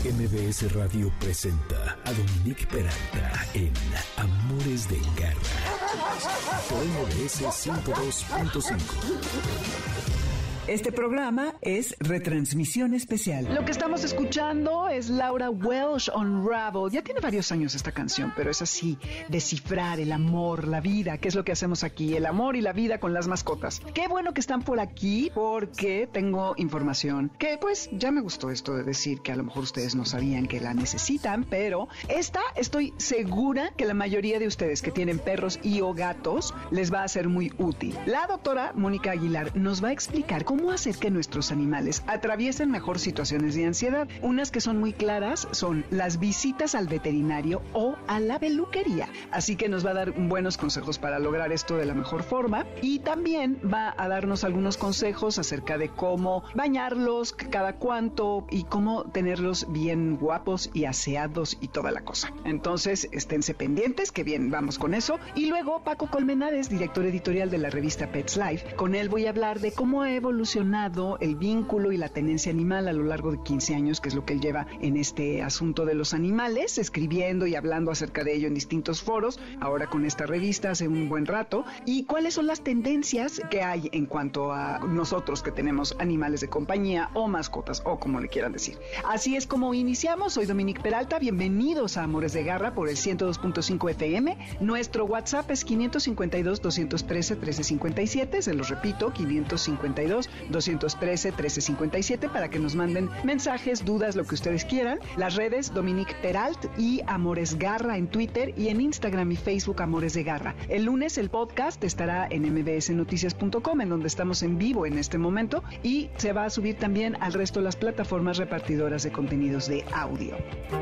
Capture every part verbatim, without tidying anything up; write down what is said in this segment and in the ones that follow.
M B S Radio presenta a Dominique Peralta en Amores de Garra por M B S ciento dos punto cinco. Este programa es retransmisión especial. Lo que estamos escuchando es Laura Welsh, Unravel. Ya tiene varios años esta canción, pero es así, descifrar el amor, la vida, que es lo que hacemos aquí, el amor y la vida con las mascotas. Qué bueno que están por aquí porque tengo información que pues ya me gustó esto de decir que a lo mejor ustedes no sabían que la necesitan, pero esta estoy segura que la mayoría de ustedes que tienen perros y o gatos les va a ser muy útil. La doctora Mónica Aguilar nos va a explicar cómo hacer que nuestros animales atraviesen mejor situaciones de ansiedad. Unas que son muy claras son las visitas al veterinario o a la peluquería. Así que nos va a dar buenos consejos para lograr esto de la mejor forma y también va a darnos algunos consejos acerca de cómo bañarlos, cada cuánto y cómo tenerlos bien guapos y aseados y toda la cosa. Entonces, esténse pendientes, que bien, vamos con eso. Y luego Paco Colmenares, director editorial de la revista Pets Life. Con él voy a hablar de cómo ha evolucionado el vínculo y la tenencia animal a lo largo de quince años, que es lo que él lleva en este asunto de los animales, escribiendo y hablando acerca de ello en distintos foros, ahora con esta revista hace un buen rato, y cuáles son las tendencias que hay en cuanto a nosotros que tenemos animales de compañía o mascotas, o como le quieran decir. Así es como iniciamos. Soy Dominique Peralta, bienvenidos a Amores de Garra por el ciento dos punto cinco F M. Nuestro WhatsApp es quinientos cincuenta y dos, doscientos trece, trece cincuenta y siete, se los repito, quinientos cincuenta y dos, doscientos trece, trece cincuenta y siete, para que nos manden mensajes, dudas, lo que ustedes quieran. Las redes Dominique Peralt y Amores Garra en Twitter, y en Instagram y Facebook Amores de Garra. El lunes el podcast estará en m b s noticias punto com, en donde estamos en vivo en este momento, y se va a subir también al resto de las plataformas repartidoras de contenidos de audio.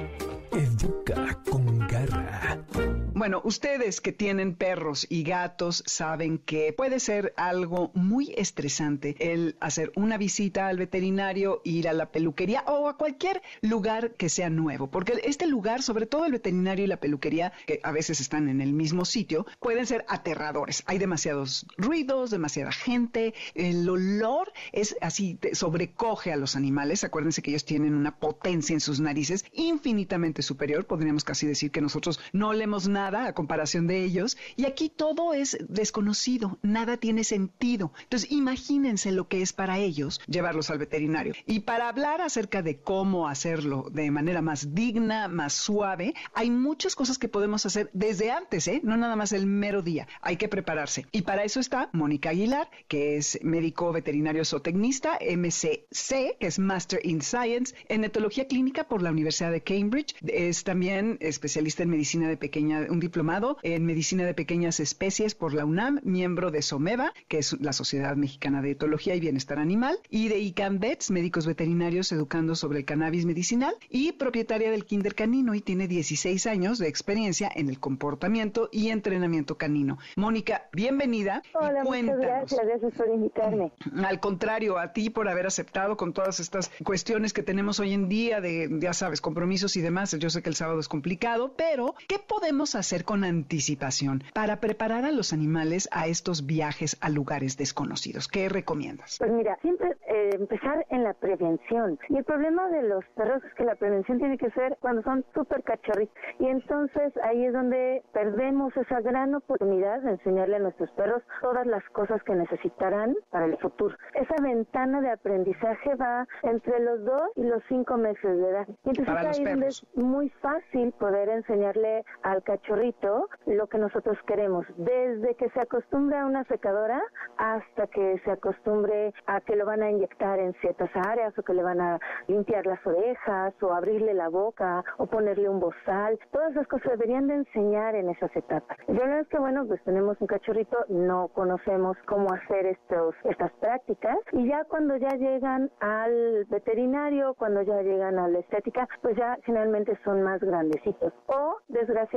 Educa con Garra. Bueno, ustedes que tienen perros y gatos saben que puede ser algo muy estresante el hacer una visita al veterinario, ir a la peluquería o a cualquier lugar que sea nuevo, porque este lugar, sobre todo el veterinario y la peluquería, que a veces están en el mismo sitio, pueden ser aterradores. Hay demasiados ruidos, demasiada gente, el olor es así, te sobrecoge a los animales. Acuérdense que ellos tienen una potencia en sus narices infinitamente superior. Podríamos casi decir que nosotros no olemos nada a comparación de ellos, y aquí todo es desconocido, nada tiene sentido. Entonces imagínense lo que es para ellos llevarlos al veterinario. Y para hablar acerca de cómo hacerlo de manera más digna, más suave, hay muchas cosas que podemos hacer desde antes, ¿eh? No nada más el mero día, hay que prepararse. Y para eso está Mónica Aguilar, que es médico veterinario zootecnista, M C C, que es Master in Science en etología clínica por la Universidad de Cambridge. Es también especialista en medicina de pequeña, un diplomado en medicina de pequeñas especies por la UNAM, miembro de SOMEVA, que es la Sociedad Mexicana de Etología y Bienestar Animal, y de I C A N Vets, médicos veterinarios educando sobre el cannabis medicinal, y propietaria del Kinder Canino, y tiene dieciséis años de experiencia en el comportamiento y entrenamiento canino. Mónica, bienvenida. Hola, muchas gracias, gracias por invitarme. Al contrario, a ti por haber aceptado con todas estas cuestiones que tenemos hoy en día de, ya sabes, compromisos y demás. Yo sé que el sábado es complicado, pero ¿qué podemos hacer hacer con anticipación para preparar a los animales a estos viajes a lugares desconocidos? ¿Qué recomiendas? Pues mira, siempre eh, empezar en la prevención. Y el problema de los perros es que la prevención tiene que ser cuando son súper cachorritos. Y entonces ahí es donde perdemos esa gran oportunidad de enseñarle a nuestros perros todas las cosas que necesitarán para el futuro. Esa ventana de aprendizaje va entre los dos y los cinco meses de edad. Y entonces para ahí es donde es muy fácil poder enseñarle al cachorrito lo que nosotros queremos, desde que se acostumbra a una secadora hasta que se acostumbre a que lo van a inyectar en ciertas áreas, o que le van a limpiar las orejas, o abrirle la boca, o ponerle un bozal. Todas esas cosas deberían de enseñar en esas etapas. El problema es que, bueno, pues tenemos un cachorrito, no conocemos cómo hacer estos estas prácticas, y ya cuando ya llegan al veterinario, cuando ya llegan a la estética, pues ya generalmente son más grandecitos. O, desgraciadamente,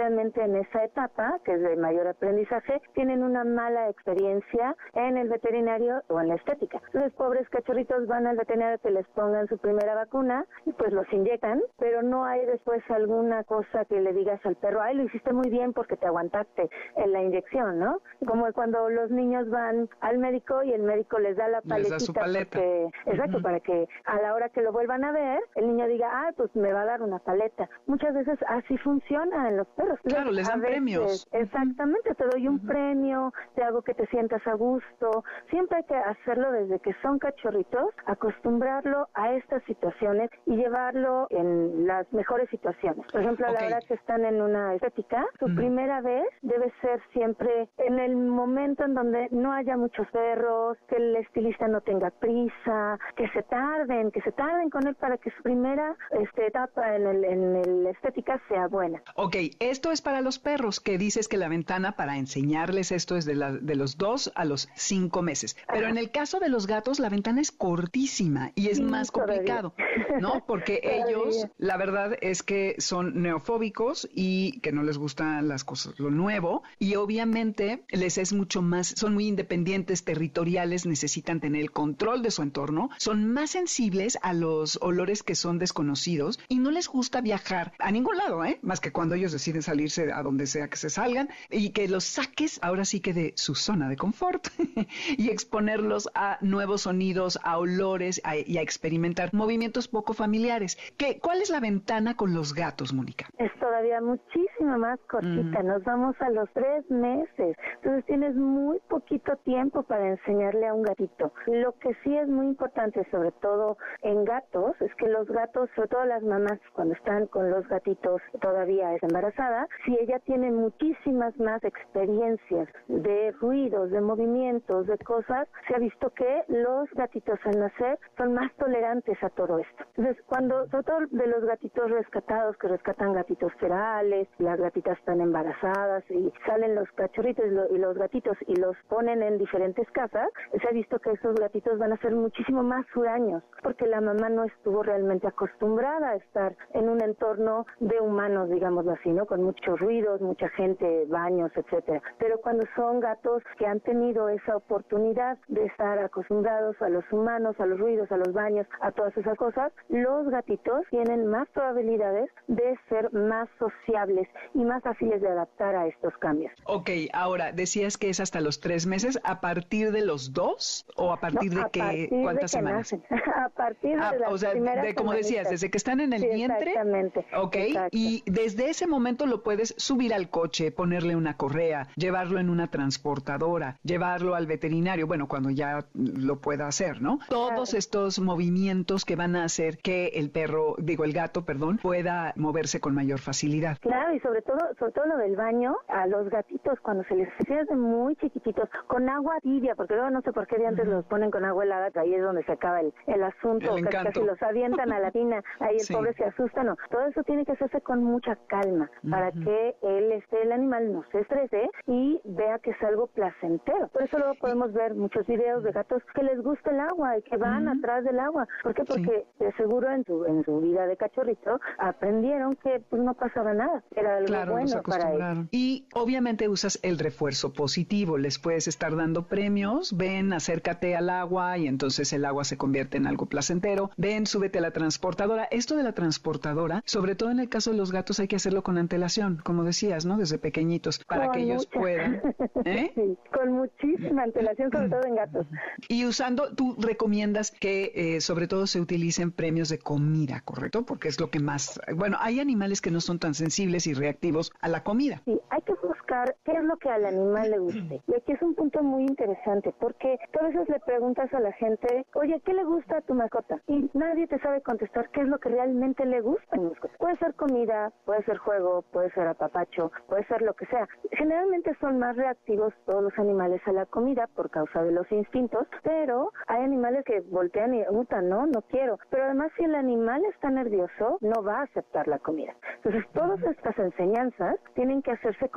en esa etapa, que es de mayor aprendizaje, tienen una mala experiencia en el veterinario o en la estética. Los pobres cachorritos van al veterinario que les pongan su primera vacuna y pues los inyectan, pero no hay después alguna cosa que le digas al perro, ay, lo hiciste muy bien porque te aguantaste en la inyección, ¿no? Como cuando los niños van al médico y el médico les da la paletita. Les da su paleta. Porque, exacto, uh-huh. para que a la hora que lo vuelvan a ver, el niño diga, ah, pues me va a dar una paleta. Muchas veces así funciona en los perros. Claro, Entonces, les dan veces, premios. Exactamente, te doy un uh-huh. premio, te hago que te sientas a gusto. Siempre hay que hacerlo desde que son cachorritos, acostumbrarlo a estas situaciones y llevarlo en las mejores situaciones. Por ejemplo, a okay. la hora que están en una estética, su uh-huh. primera vez debe ser siempre en el momento en donde no haya muchos perros, que el estilista no tenga prisa, que se tarden, que se tarden con él para que su primera este, etapa en el, en el estética sea buena. Ok, esto es para los perros, que dices que la ventana para enseñarles esto es de, la, de los dos a los cinco meses. Pero Ajá. en el caso de los gatos, la ventana es cortísima y es sí, más complicado, todavía. ¿no? Porque ellos, la verdad es que son neofóbicos y que no les gustan las cosas, lo nuevo, y obviamente les es mucho más, son muy independientes, territoriales, necesitan tener el control de su entorno, son más sensibles a los olores que son desconocidos y no les gusta viajar a ningún lado, ¿eh? Más que cuando ellos deciden salirse a donde sea que se salgan y que los saques ahora sí que de su zona de confort y exponerlos a nuevos sonidos, a olores a, y a experimentar movimientos poco familiares. ¿Qué, ¿Cuál es la ventana con los gatos, Mónica? Es todavía muchísimo más cortita, mm. nos vamos a los tres meses, entonces tienes muy poquito tiempo para enseñarle a un gatito. Lo que sí es muy importante, sobre todo en gatos, es que los gatos, sobre todo las mamás, cuando están con los gatitos todavía es embarazada, si ella tiene muchísimas más experiencias de ruidos, de movimientos, de cosas, se ha visto que los gatitos al nacer son más tolerantes a todo esto. Entonces, cuando, sobre todo de los gatitos rescatados, que rescatan gatitos ferales, las gatitas están embarazadas y salen los cachorritos y, lo, y los gatitos y los ponen en diferentes casas, se ha visto que esos gatitos van a ser muchísimo más huraños, porque la mamá no estuvo realmente acostumbrada a estar en un entorno de humanos, digámoslo así, ¿no? Con muchos ruidos, mucha gente, baños, etcétera. Pero cuando son gatos que han tenido esa oportunidad de estar acostumbrados a los humanos, a los ruidos, a los baños, a todas esas cosas, los gatitos tienen más probabilidades de ser más sociables y más fáciles de adaptar a estos cambios. Ok, ahora, decías que es hasta los tres meses, ¿a partir de los dos o a partir no, de qué, cuántas de que semanas? a partir de ah, las o sea, primeras de, como decías, desde que están en el sí, vientre. Exactamente. Ok, exacto. Y desde ese momento lo puedes subir al coche, ponerle una correa, llevarlo en una transportadora, llevarlo al veterinario, bueno, cuando ya lo pueda hacer, ¿no? Todos claro. estos movimientos que van a hacer que el perro, digo, el gato, perdón, pueda moverse con mayor facilidad. Claro, y sobre todo, sobre todo lo del baño, a los gatitos cuando se les hace de muy chiquititos, con agua tibia, porque luego no sé por qué de antes uh-huh. los ponen con agua helada, que ahí es donde se acaba el, el asunto, el casi, casi los avientan a la tina, ahí el sí. pobre se asusta, no, todo eso tiene que hacerse con mucha calma, uh-huh. para que el, este, el animal no se estrese y vea que es algo placentero. Por eso luego podemos ver muchos videos de gatos que les gusta el agua y que van uh-huh. atrás del agua. ¿Por qué? Porque sí. de seguro en su, en su vida de cachorrito aprendieron que pues, no pasaba nada, era algo claro, bueno para ellos. Y obviamente usas el refuerzo positivo, les puedes estar dando premios, ven, acércate al agua y entonces el agua se convierte en algo placentero, ven, súbete a la transportadora. Esto de la transportadora, sobre todo en el caso de los gatos, hay que hacerlo con antelación, como decías, ¿no? Desde pequeñitos, para con que ellos mucha. puedan. ¿eh? Sí, con muchísima antelación, sobre todo en gatos. Y usando, tú recomiendas que eh, sobre todo se utilicen premios de comida, ¿correcto? Porque es lo que más... Bueno, hay animales que no son tan sensibles y reactivos a la comida. Sí, hay que buscar qué es lo que al animal le guste. Y aquí es un punto muy interesante, porque tú a veces le preguntas a la gente, oye, ¿qué le gusta a tu mascota? Y nadie te sabe contestar qué es lo que realmente le gusta a mi mascota. Puede ser comida, puede ser juego, puede ser apapacho, puede ser lo que sea. Generalmente son más reactivos todos los animales a la comida por causa de los instintos, pero hay animales que voltean y, puta, no, no quiero. Pero además, si el animal está nervioso, no va a aceptar la comida. Entonces, todas estas enseñanzas tienen que hacerse con el animal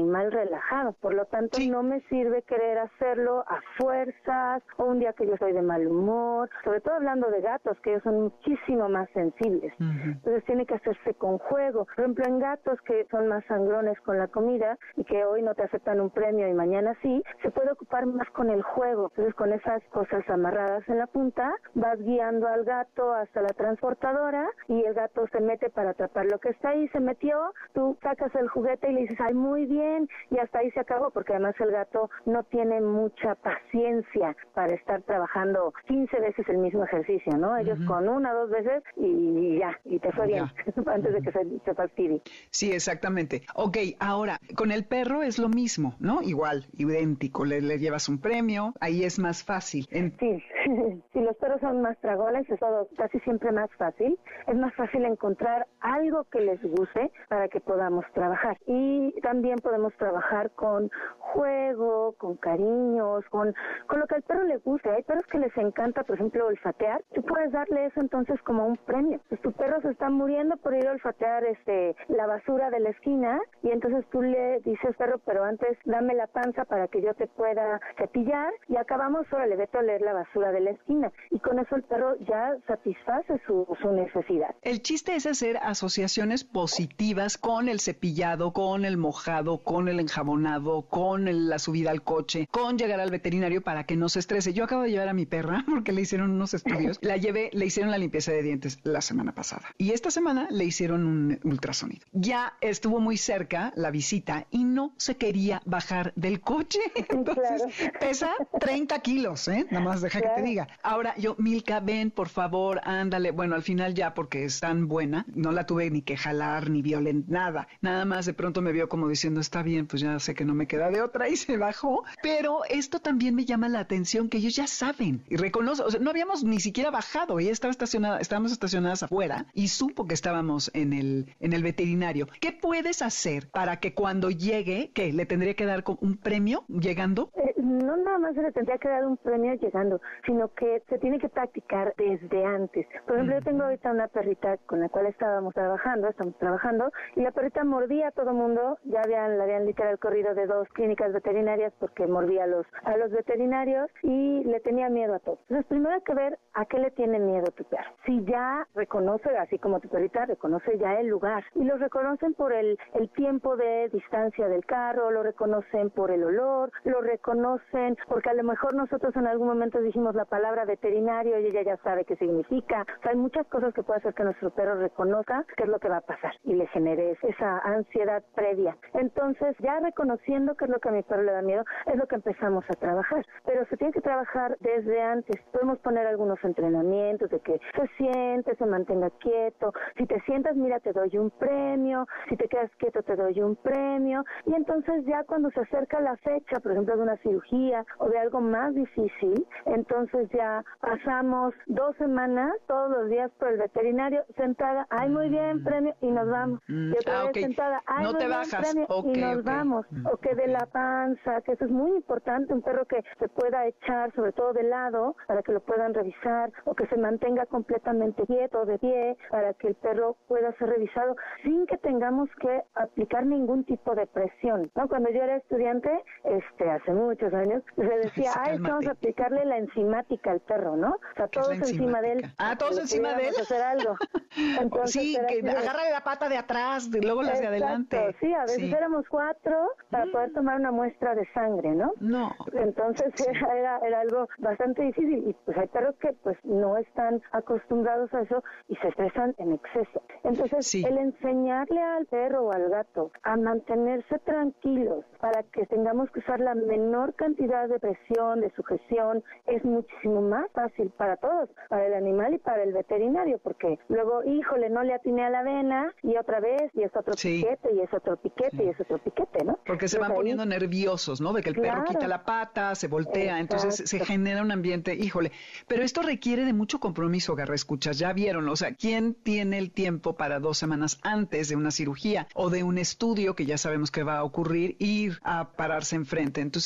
animal relajado. Por lo tanto, sí. no me sirve querer hacerlo a fuerzas o un día que yo estoy de mal humor, sobre todo hablando de gatos, que ellos son muchísimo más sensibles. Uh-huh. Entonces tiene que hacerse con juego. Por ejemplo, en gatos que son más sangrones con la comida y que hoy no te aceptan un premio y mañana sí, se puede ocupar más con el juego. Entonces, con esas cosas amarradas en la punta, vas guiando al gato hasta la transportadora y el gato se mete para atrapar lo que está ahí, se metió, tú sacas el juguete y le dices, ay, muy bien, y hasta ahí se acabó, porque además el gato no tiene mucha paciencia para estar trabajando quince veces el mismo ejercicio, ¿no? Ellos uh-huh. con una, dos veces y ya, y te fue bien, antes de que se, se fastidie. Sí, exactamente. Ok, ahora, con el perro es lo mismo, ¿no? Igual, idéntico, le, le llevas un premio, ahí es más fácil. En... Sí, si los perros son más tragones, es todo casi siempre más fácil. Es más fácil encontrar algo que les guste para que podamos trabajar. Y también podemos trabajar con juego, con cariños, con, con lo que al perro le guste. Hay perros que les encanta, por ejemplo, olfatear. Tú puedes darle eso entonces como un premio. Pues tu perro se está muriendo por ir a olfatear este, la basura de la esquina y entonces tú le dices, perro, pero antes dame la panza para que yo te pueda cepillar y acabamos, órale, vete a oler la basura de la esquina. Y con eso el perro ya satisface su, su necesidad. El chiste es hacer asociaciones positivas con el cepillado, con el mojado, con el enjabonado, con el, la subida al coche, con llegar al veterinario para que no se estrese. Yo acabo de llevar a mi perra porque le hicieron unos estudios. La llevé, le hicieron la limpieza de dientes la semana pasada. Y esta semana le hicieron un ultrasonido. Ya estuvo muy cerca la visita y no se quería bajar del coche. Entonces, claro. Pesa treinta kilos, ¿eh? Nada más deja claro. que te diga. Ahora yo, Milka, ven, por favor, ándale. Bueno, al final ya, porque es tan buena, no la tuve ni que jalar, ni violentar, nada. Nada más de pronto me vio como diciendo, está bien, pues ya sé que no me queda de otra y se bajó. Pero esto también me llama la atención, que ellos ya saben y reconocen. O sea, no habíamos ni siquiera bajado. Ella estaba estacionada, estábamos estacionadas afuera y supo que estábamos en el, en el veterinario. ¿Qué puedes hacer para que cuando llegue, qué, le tendría que dar un premio llegando? Eh, no nada más se le tendría que dar un premio llegando, sino que se tiene que practicar desde antes. Por ejemplo, uh-huh. yo tengo ahorita una perrita con la cual estábamos trabajando, estamos trabajando, y la perrita mordía a todo mundo. Ya habían, la habían literal corrido de dos clínicas veterinarias porque mordía a los, a los veterinarios y le tenía miedo a todo. Entonces, primero hay que ver a qué le tiene miedo tu perro. Si ya reconoce, así como tu perrita reconoce ya el lugar, y lo reconocen por el, el tiempo de distancia del carro, lo reconocen por el olor, lo reconocen porque a lo mejor nosotros en algún momento dijimos la palabra veterinario y ella ya sabe qué significa. O sea, hay muchas cosas que puede hacer que nuestro perro reconozca qué es lo que va a pasar y le genere esa ansiedad previa. Entonces, ya reconociendo qué es lo que a mi perro le da miedo, es lo que empezamos a trabajar. Pero se tiene que trabajar desde antes. Podemos poner algunos entrenamientos de que se siente, se mantenga quieto. Si te sientas, mira, te doy un premio. Si te quedas quieto, te doy un premio. Y entonces ya cuando se acerca la fecha, por ejemplo, de una cirugía o de algo más difícil, entonces ya pasamos dos semanas todos los días por el veterinario sentada, ay, muy bien, premio, y nos vamos. Mm, y otra ah, vez okay. sentada, ay, no muy te bien, bajas. premio, Okay, y nos okay. vamos. Mm, o que okay. de la panza, que eso es muy importante, un perro que se pueda echar, sobre todo de lado, para que lo puedan revisar, o que se mantenga completamente quieto, de pie, para que el perro pueda ser revisado, sin que tengamos que aplicar ningún tipo de presión, ¿no? Cuando yo era estudiante, este, hace muchos años, se decía, Sí, ay, vamos a aplicarle la enzimática al perro, ¿no? O sea, todos encima de él. Ah, todos encima de él. Hacer algo. Entonces, sí, que de... agárrale la pata de atrás, y luego las de adelante. Sí, a veces sí. éramos cuatro para mm. poder tomar una muestra de sangre, ¿no? No. Entonces sí. era, era, era algo bastante difícil y pues hay perros que pues no están acostumbrados a eso y se estresan en exceso. Entonces sí. el enseñarle al perro o al gato a mantenerse tranquilos para que tengamos que usar la menor cantidad de presión, de sujeción, es muchísimo más fácil para todos, para el animal y para el veterinario, porque luego, híjole, no le atiné a la vena y otra vez, y es otro sí. piquete, y es otro piquete, sí. y es otro piquete, ¿no? Porque se Entonces, van ahí... poniendo nerviosos, ¿no? De que el claro. perro quita la pata, se voltea, Exacto. entonces se genera un ambiente, híjole, pero esto requiere de mucho compromiso, Garra Escuchas, ya vieron, o sea, ¿quién tiene el tiempo para dos semanas antes de una cirugía o de un estudio que ya sabemos que va a ocurrir, ir a pararse enfrente? Entonces, pues sí,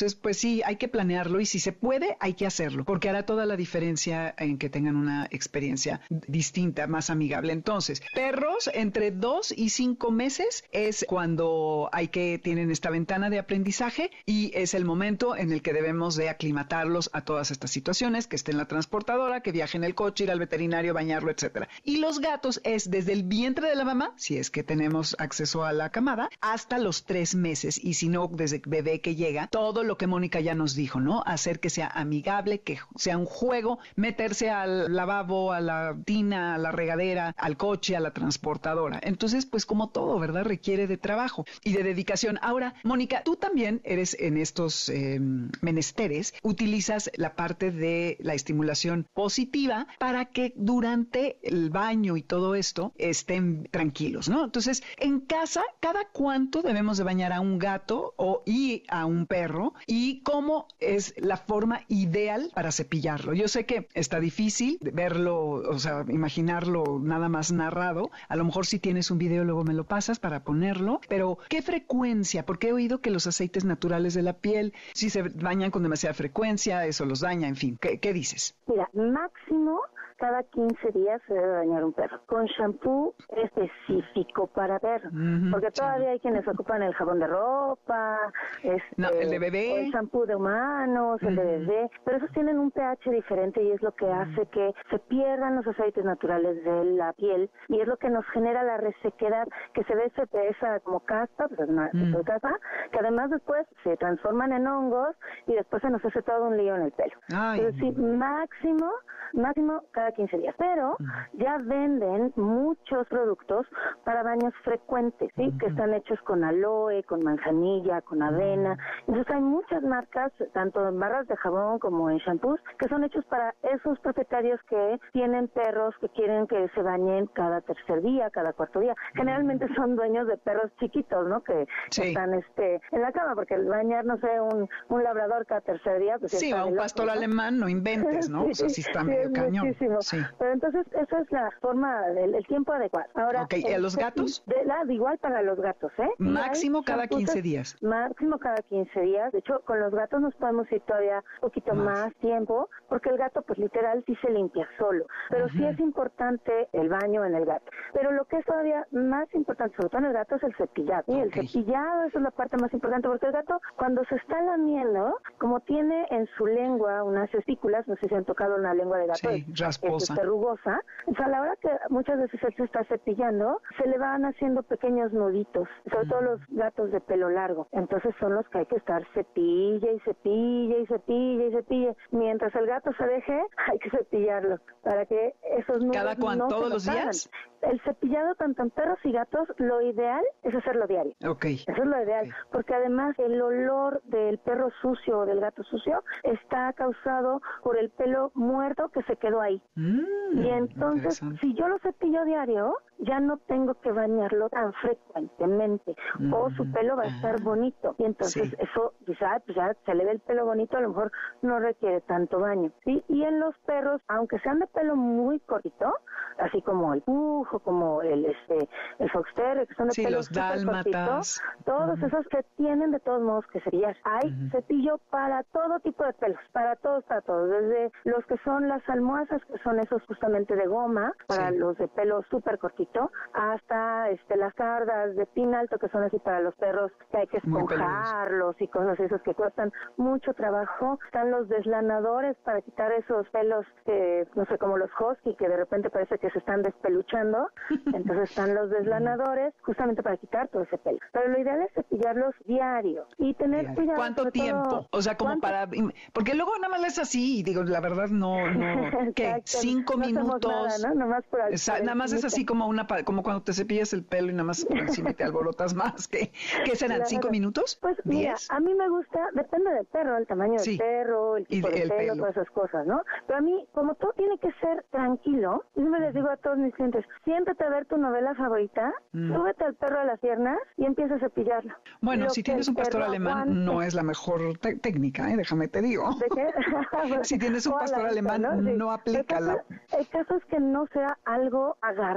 sí, hay que planearlo y si se puede, hay que hacerlo, porque hará toda la diferencia en que tengan una experiencia distinta, más amigable. Entonces, perros entre dos y cinco meses es cuando hay que, tienen esta ventana de aprendizaje y es el momento en el que debemos de aclimatarlos a todas estas situaciones, que esté en la transportadora, que viaje en el coche, ir al veterinario, bañarlo, etcétera. Y los gatos es desde el vientre de la mamá, si es que tenemos acceso a la camada, hasta los tres meses y si no, desde bebé que llega, todo lo que Mónica ya nos dijo, ¿no? Hacer que sea amigable, que sea un juego, meterse al lavabo, a la tina, a la regadera, al coche, a la transportadora. Entonces, pues como todo, ¿verdad? Requiere de trabajo y de dedicación. Ahora, Mónica, tú también eres en estos eh, menesteres, utilizas la parte de la estimulación positiva para que durante el baño y todo esto estén tranquilos, ¿no? Entonces, en casa, ¿cada cuánto debemos de bañar a un gato o y a un perro? ¿Y cómo es la forma ideal para cepillarlo? Yo sé que está difícil verlo, o sea, imaginarlo nada más narrado. A lo mejor si tienes un video luego me lo pasas para ponerlo, pero ¿qué frecuencia? Porque he oído que los aceites naturales de la piel, si se bañan con demasiada frecuencia, eso los daña, en fin. ¿Qué, qué dices? Mira, máximo cada quince días se debe bañar un perro, con shampoo específico para perro, uh-huh, porque todavía sí. hay quienes ocupan el jabón de ropa, este, no, el de bebé, el shampoo de humanos, uh-huh. el de bebé, pero esos tienen un pH diferente y es lo que uh-huh. hace que se pierdan los aceites naturales de la piel y es lo que nos genera la resequedad, que se ve esa como caspa, pues una uh-huh. caspa, que además después se transforman en hongos y después se nos hace todo un lío en el pelo. Ay. Entonces sí, máximo, máximo cada quince días, pero uh-huh. ya venden muchos productos para baños frecuentes, ¿sí? Uh-huh. Que están hechos con aloe, con manzanilla, con avena. Uh-huh. Entonces hay muchas marcas, tanto en barras de jabón como en shampoos, que son hechos para esos propietarios que tienen perros que quieren que se bañen cada tercer día, cada cuarto día. Generalmente uh-huh. son dueños de perros chiquitos, ¿no? Que sí. están este en la cama, porque el bañar, no sé, un, un labrador cada tercer día, pues sí, o un pastor loco, ¿no? alemán, no inventes, ¿no? Sí, o sea, sí está sí, medio cañón. Muchísimo. Sí. Pero entonces esa es la forma del el tiempo adecuado. Ahora, okay. ¿Y a los gatos? De la, igual para los gatos, ¿eh? Máximo cada quince días. Máximo cada quince días. De hecho, con los gatos nos podemos ir todavía un poquito más, más tiempo, porque el gato, pues literal, sí se limpia solo. Pero uh-huh. sí es importante el baño en el gato. Pero lo que es todavía más importante, sobre todo en el gato, es el cepillado. ¿Sí? Okay. El cepillado, esa es la parte más importante, porque el gato, cuando se está lamiendo, como tiene en su lengua unas testículas, no sé si han tocado una lengua de gato, sí, rasposa. Es rugosa, entonces a la hora que muchas veces él se está cepillando, se le van haciendo pequeños nuditos, sobre mm. todo los gatos de pelo largo, entonces son los que hay que estar cepilla y cepilla y cepilla y cepilla, mientras el gato se deje, hay que cepillarlo, para que esos nudos ¿Cada cuánto? no ¿Todos los hagan. días? El cepillado tanto en perros y gatos, lo ideal es hacerlo diario. Okay. Eso es lo ideal, okay. porque además el olor del perro sucio o del gato sucio está causado por el pelo muerto que se quedó ahí. Mm, y entonces, si yo lo cepillo diario, ya no tengo que bañarlo tan frecuentemente, mm, o su pelo va a estar ah, bonito. Y entonces sí. eso, pues ya, pues ya se le ve el pelo bonito, a lo mejor no requiere tanto baño. ¿Sí? Y en los perros, aunque sean de pelo muy cortito, así como el pujo, como el este el fox terrier, que son de sí, pelo los dálmatas, cortito, todos uh-huh. esos que tienen de todos modos que cepillar. Hay uh-huh. cepillo para todo tipo de pelos, para todos, para todos, desde los que son las almohadas, que son esos justamente de goma, para sí. los de pelo súper cortito, hasta este las cardas de pin alto, que son así para los perros que hay que esponjarlos y cosas esas que cuestan mucho trabajo. Están los deslanadores para quitar esos pelos, que no sé, como los husky, que de repente parece que se están despeluchando. Entonces están los deslanadores justamente para quitar todo ese pelo. Pero lo ideal es cepillarlos diario y tener diario. Cuidado. ¿Cuánto tiempo? Todo. O sea, como ¿Cuánto? para... Porque luego nada más es así, digo, la verdad no... no ¿Qué? ¿Cinco no minutos? Nada, ¿no? Nomás por al, Esa, nada más es así como una como cuando te cepillas el pelo y nada más por encima te alborotas más. ¿Qué, ¿Qué serán? Claro. ¿Cinco minutos? Pues mira, ¿Diez? A mí me gusta, depende del perro, el tamaño sí. del perro, el tipo de pelo, pelo, todas esas cosas, ¿no? Pero a mí, como todo tiene que ser tranquilo, yo me les digo a todos mis clientes, siéntate a ver tu novela favorita, mm. súbete al perro a las piernas y empieza a cepillarlo. Bueno, Lo si tienes un pastor alemán, aguante. no es la mejor te- técnica, ¿eh? Déjame te digo. ¿De qué? Si tienes un pastor alemán, ¿no? Sí. no aplica el caso, la... El caso es que no sea algo agarrado,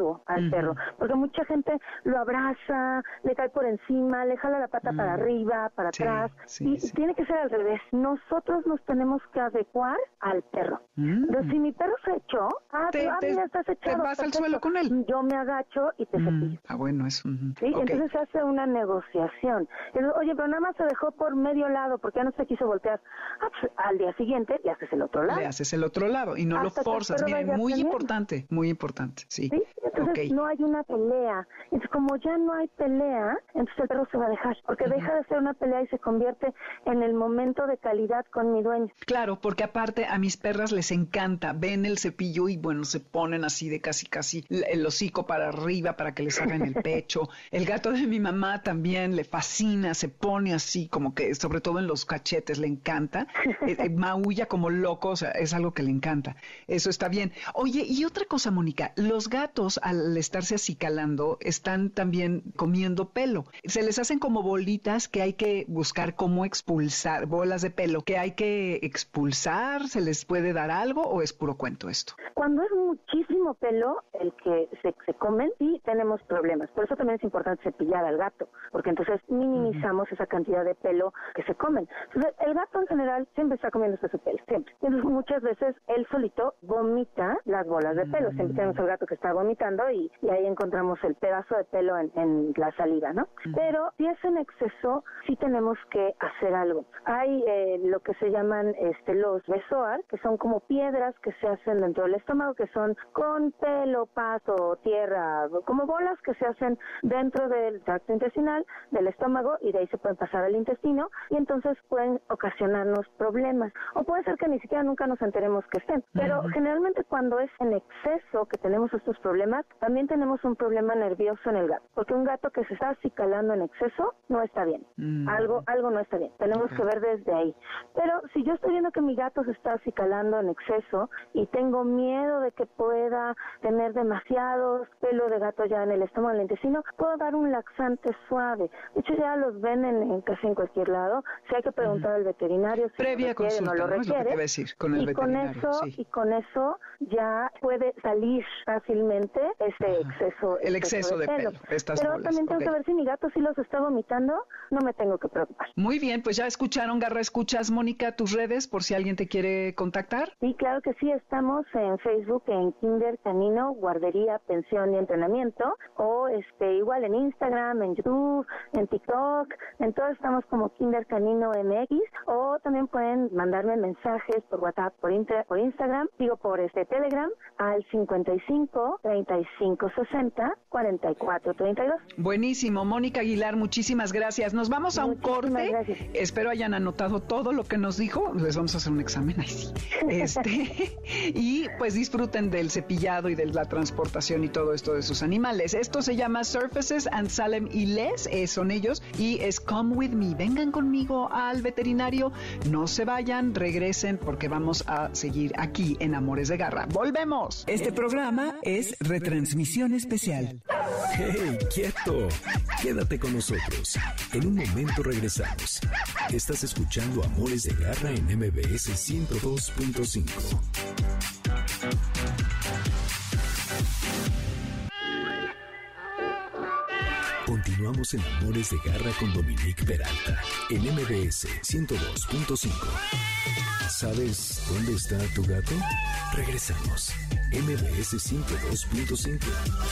apego al uh-huh. perro, porque mucha gente lo abraza, le cae por encima, le jala la pata uh-huh. para arriba, para sí, atrás, sí, y sí. tiene que ser al revés. Nosotros nos tenemos que adecuar al perro. Uh-huh. Entonces, si mi perro se echó, ah, te, ah te, mira, estás echado, te vas perfecto. al suelo con él. Yo me agacho y te uh-huh. cepillo. Ah, bueno, eso. Uh-huh. ¿Sí? Okay. Entonces se hace una negociación. Entonces, oye, pero nada más se dejó por medio lado porque ya no se quiso voltear. Ah, pues, al día siguiente le haces el otro lado. Le haces el otro lado y no Hasta lo forzas. Miren, muy aprendiendo. importante, muy importante, sí. ¿Sí? Entonces okay. no hay una pelea. Entonces como ya no hay pelea, entonces el perro se va a dejar. Porque uh-huh. deja de ser una pelea y se convierte en el momento de calidad con mi dueño. Claro, porque aparte a mis perras les encanta. Ven el cepillo y bueno, se ponen así de casi casi el hocico para arriba para que les hagan el pecho. El gato de mi mamá también le fascina, se pone así como que, sobre todo en los cachetes, le encanta. eh, eh, maulla como loco, o sea, es algo que le encanta. Eso está bien. Oye, y otra cosa, Mónica, los gatos al estarse acicalando están también comiendo pelo. Se les hacen como bolitas que hay que buscar cómo expulsar, bolas de pelo que hay que expulsar. ¿Se les puede dar algo o es puro cuento esto? Cuando es muchísimo pelo el que se, se comen, sí tenemos problemas. Por eso también es importante cepillar al gato, porque entonces minimizamos uh-huh. esa cantidad de pelo que se comen. Entonces, el gato en general siempre está comiendo su pelo, siempre. Entonces, muchas veces él solito vomita las bolas de pelo. Siempre tenemos al gato que está vomitando y, y ahí encontramos el pedazo de pelo en, en la saliva, ¿no? Uh-huh. Pero si es en exceso, sí tenemos que hacer algo. Hay eh, lo que se llaman este, los bezoar, que son como piedras que se hacen dentro del estómago, que son con pelo, pasto, tierra, como bolas que se hacen dentro del tracto intestinal, del estómago, y de ahí se pueden pasar al intestino, y entonces pueden ocasionarnos problemas. O puede ser que ni siquiera nunca nos enteremos que estén. Pero uh-huh. generalmente cuando es en exceso que tenemos estos problemas, también tenemos un problema nervioso en el gato. Porque un gato que se está acicalando en exceso no está bien. Uh-huh. Algo, algo no está bien. Tenemos okay. que ver desde ahí. Pero si yo estoy viendo que mi gato se está acicalando en exceso y tengo miedo de que pueda tener demasiados pelo de gato ya en el estómago, en el intestino, puedo dar un laxante suave. De hecho, ya los ven en, en casi en cualquier lado. Si hay que preguntar uh-huh. al veterinario si previa lo requiere, consulta, no lo ¿no? requiere. Es lo que te iba a decir, con el y veterinario, con eso sí. y con eso ya puede salir fácilmente ese exceso, el exceso de, de pelo. pelo estas Pero bolas. también tengo okay. que ver si mi gato sí los está vomitando, no me tengo que preocupar. Muy bien, pues ya escucharon, Garra Escuchas, Mónica, tus redes por si alguien te quiere contactar. Sí, claro que sí, estamos en Facebook en Kinder Canino, Guardería, Pensión y Entrenamiento, o este igual en Instagram, en YouTube, en TikTok, en todo estamos como Kinder Canino M X, o también pueden mandarme mensajes por WhatsApp, por, inter, por Instagram, digo por este Telegram, al cincuenta y cinco, treinta y cinco, sesenta, cuarenta y cuatro, treinta y dos. Buenísimo, Mónica Aguilar, muchísimas gracias. Nos vamos a muchísimas un corte. Gracias. Espero hayan anotado todo lo que nos dijo. Les vamos a hacer un examen ahí sí. Este, y pues disfruten del cepillado y de la transportación y todo esto de sus animales. Esto se llama Surfaces and Salem y Les, eh, son ellos, y es Come With Me. Vengan conmigo al veterinario, no se vayan, regresen porque vamos a seguir aquí en Amores de Garra. ¡Volvemos! Este programa es retransmisión especial. ¡Hey, quieto! Quédate con nosotros. En un momento regresamos. Estás escuchando Amores de Garra en M B S ciento dos punto cinco. Continuamos en Amores de Garra con Dominique Peralta en M B S ciento dos punto cinco. ¿Sabes dónde está tu gato? Regresamos. M B S ciento dos punto cinco.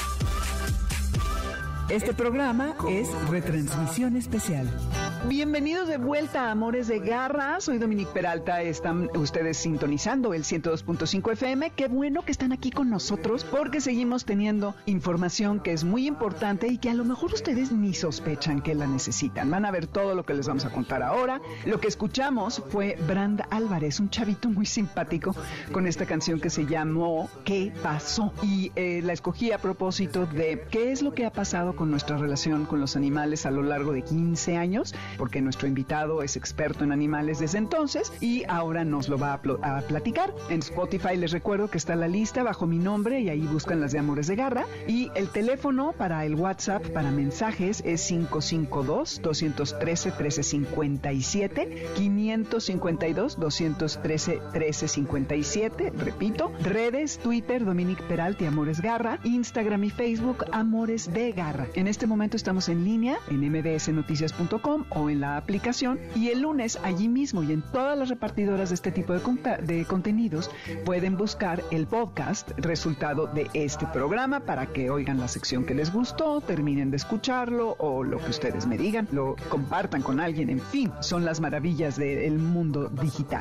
Este programa es retransmisión especial. Bienvenidos de vuelta a Amores de Garra. Soy Dominique Peralta. Están ustedes sintonizando el ciento dos punto cinco F M. Qué bueno que están aquí con nosotros porque seguimos teniendo información que es muy importante y que a lo mejor ustedes ni sospechan que la necesitan. Van a ver todo lo que les vamos a contar ahora. Lo que escuchamos fue Brand Álvarez, un chavito muy simpático con esta canción que se llamó ¿Qué pasó? Y eh, la escogí a propósito de qué es lo que ha pasado con nuestra relación con los animales a lo largo de quince años. porque nuestro invitado es experto en animales desde entonces y ahora nos lo va a, pl- a platicar. En Spotify les recuerdo que está la lista bajo mi nombre y ahí buscan las de Amores de Garra. Y el teléfono para el WhatsApp, para mensajes, es cinco cinco dos, dos uno tres, uno tres cinco siete, cinco cinco dos, dos uno tres, uno tres cinco siete. Repito, redes, Twitter, Dominique Peralta y Amores Garra, Instagram y Facebook, Amores de Garra. En este momento estamos en línea en m b s noticias punto com o en la aplicación, y el lunes allí mismo y en todas las repartidoras de este tipo de, conta- de contenidos pueden buscar el podcast resultado de este programa para que oigan la sección que les gustó, terminen de escucharlo o lo que ustedes me digan, lo compartan con alguien, en fin, son las maravillas del mundo digital.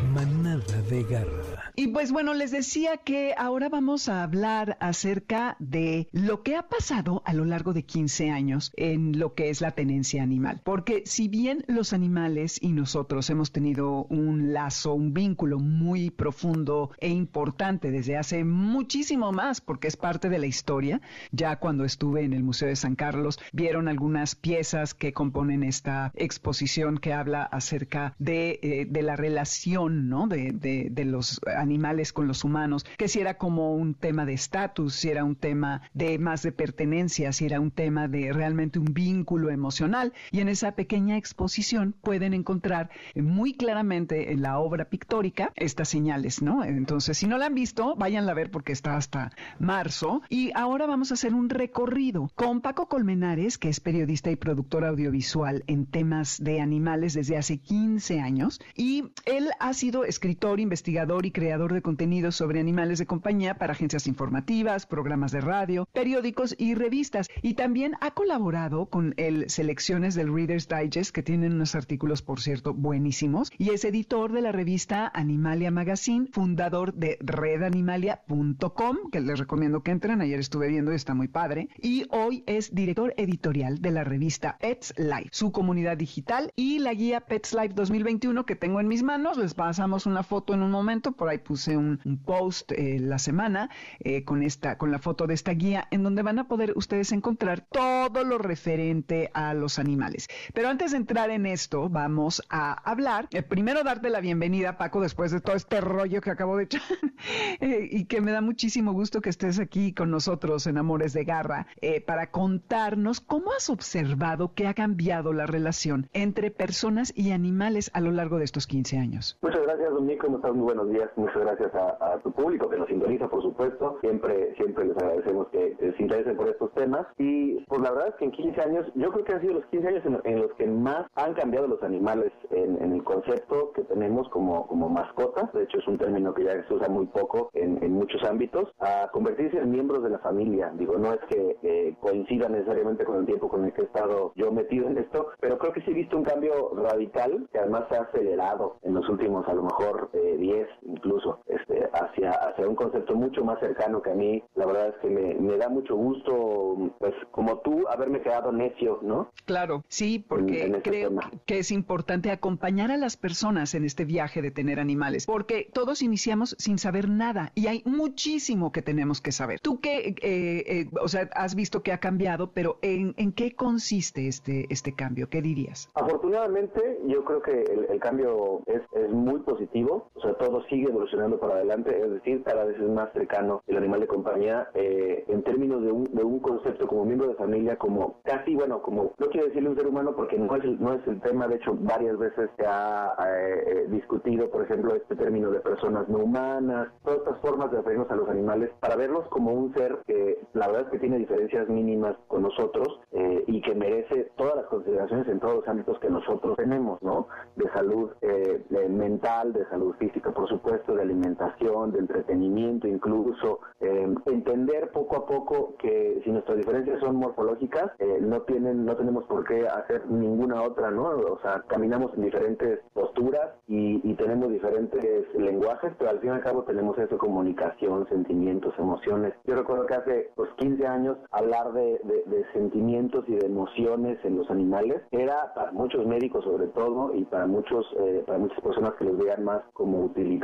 Manada de Garra. Y pues bueno, les decía que ahora vamos a hablar acerca de lo que ha pasado a lo largo de quince años en lo que es la tenencia animal. Porque si bien los animales y nosotros hemos tenido un lazo, un vínculo muy profundo e importante desde hace muchísimo más, porque es parte de la historia, ya cuando estuve en el Museo de San Carlos, vieron algunas piezas que componen esta exposición que habla acerca de, eh, de la relación, ¿no? de, de, de los animales con los humanos, que si era como un tema de estatus, si era un tema de más de pertenencia, si era un tema de realmente un vínculo emocional. Y en esa pequeña exposición pueden encontrar muy claramente en la obra pictórica estas señales, ¿no? Entonces, si no la han visto, váyanla a ver porque está hasta marzo. Y ahora vamos a hacer un recorrido con Paco Colmenares, que es periodista y productor audiovisual en temas de animales desde hace quince años. Y él ha sido escritor, investigador y creador de contenidos sobre animales de compañía para agencias informativas, programas de radio, periódicos y revistas. Y también ha colaborado con el Selecciones del Reader's Digest, que tienen unos artículos, por cierto, buenísimos. Y es editor de la revista Animalia Magazine, fundador de red animalia punto com, que les recomiendo que entren. Ayer estuve viendo y está muy padre. Y hoy es director editorial de la revista Pets Life, su comunidad digital, y la guía Pets Life dos mil veintiuno que tengo en mis manos. Les pasamos una foto en un momento, por ahí puse un, un post eh, la semana eh, con esta, con la foto de esta guía, en donde van a poder ustedes encontrar todo lo referente a los animales. Pero antes de entrar en esto, vamos a hablar, eh, primero darte la bienvenida, Paco, después de todo este rollo que acabo de echar, eh, y que me da muchísimo gusto que estés aquí con nosotros en Amores de Garra, eh, para contarnos cómo has observado que ha cambiado la relación entre personas y animales a lo largo de estos quince años. Muchas gracias, Dominique, ¿cómo estás? Muy buenos días. Muchas gracias a, a tu público que nos sintoniza, por supuesto. Siempre siempre les agradecemos que eh, se interesen por estos temas. Y pues la verdad es que en quince años, yo creo que han sido los quince años en, en los que más han cambiado los animales en, en el concepto que tenemos como, como mascotas. De hecho, es un término que ya se usa muy poco en, en muchos ámbitos, a convertirse en miembros de la familia. Digo, no es que eh, coincida necesariamente con el tiempo con el que he estado yo metido en esto, pero creo que sí he visto un cambio radical que además se ha acelerado en los últimos, a lo mejor, eh, diez incluso, este, hacia, hacia un concepto mucho más cercano que a mí. La verdad es que me, me da mucho gusto, pues, como tú, haberme quedado necio, ¿no? Claro, sí, porque en, en creo tema. que es importante acompañar a las personas en este viaje de tener animales, porque todos iniciamos sin saber nada y hay muchísimo que tenemos que saber. Tú que, eh, eh, o sea, has visto que ha cambiado, pero ¿en, en qué consiste este, este cambio? ¿Qué dirías? Afortunadamente, yo creo que el, el cambio es, es muy positivo, o sea, todo sigue evolucionando para adelante, es decir, cada vez es más cercano el animal de compañía, eh, en términos de un, de un concepto como miembro de familia, como casi, bueno, como, no quiero decirle un ser humano porque no es el, no es el tema. De hecho, varias veces se ha eh, discutido, por ejemplo, este término de personas no humanas, todas estas formas de referirnos a los animales, para verlos como un ser que la verdad es que tiene diferencias mínimas con nosotros, eh, y que merece todas las consideraciones en todos los ámbitos que nosotros tenemos, ¿no? De salud eh, de mental, de salud física, por supuesto, de alimentación, de entretenimiento incluso, eh, entender poco a poco que si nuestras diferencias son morfológicas, eh, no tienen, no tenemos por qué hacer ninguna otra, ¿no? O sea, caminamos en diferentes posturas y, y tenemos diferentes lenguajes, pero al fin y al cabo tenemos eso, comunicación, sentimientos, emociones. Yo recuerdo que hace pues quince años hablar de, de, de sentimientos y de emociones en los animales era para muchos médicos sobre todo y para muchos eh, para muchas personas que los veían más como utilitaristas